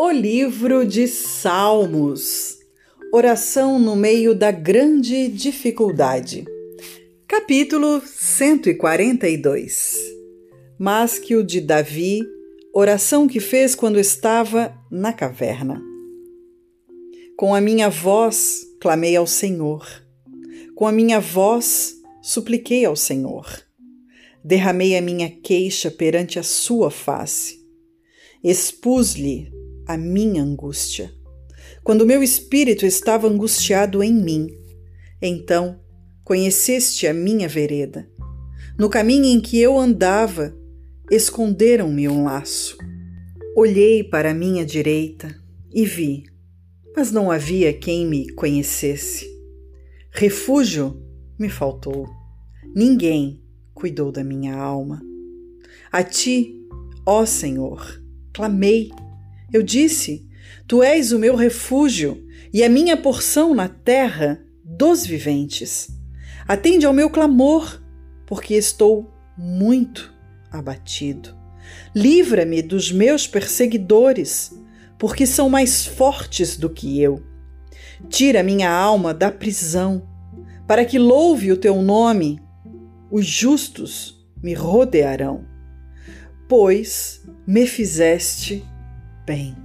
O livro de Salmos, oração no meio da grande dificuldade. Capítulo 142. Mas que o de Davi, oração que fez quando estava na caverna. Com a minha voz clamei ao Senhor, com a minha voz supliquei ao Senhor. Derramei a minha queixa perante a sua face. Expus-lhe a minha angústia. Quando meu espírito estava angustiado em mim, então conheceste a minha vereda. No caminho em que eu andava, esconderam-me um laço. Olhei para a minha direita e vi, mas não havia quem me conhecesse. Refúgio me faltou. Ninguém cuidou da minha alma. A ti, ó Senhor, clamei. Eu disse, tu és o meu refúgio e a minha porção na terra dos viventes. Atende ao meu clamor, porque estou muito abatido. Livra-me dos meus perseguidores, porque são mais fortes do que eu. Tira minha alma da prisão, para que louve o teu nome. Os justos me rodearão, pois me fizeste bem.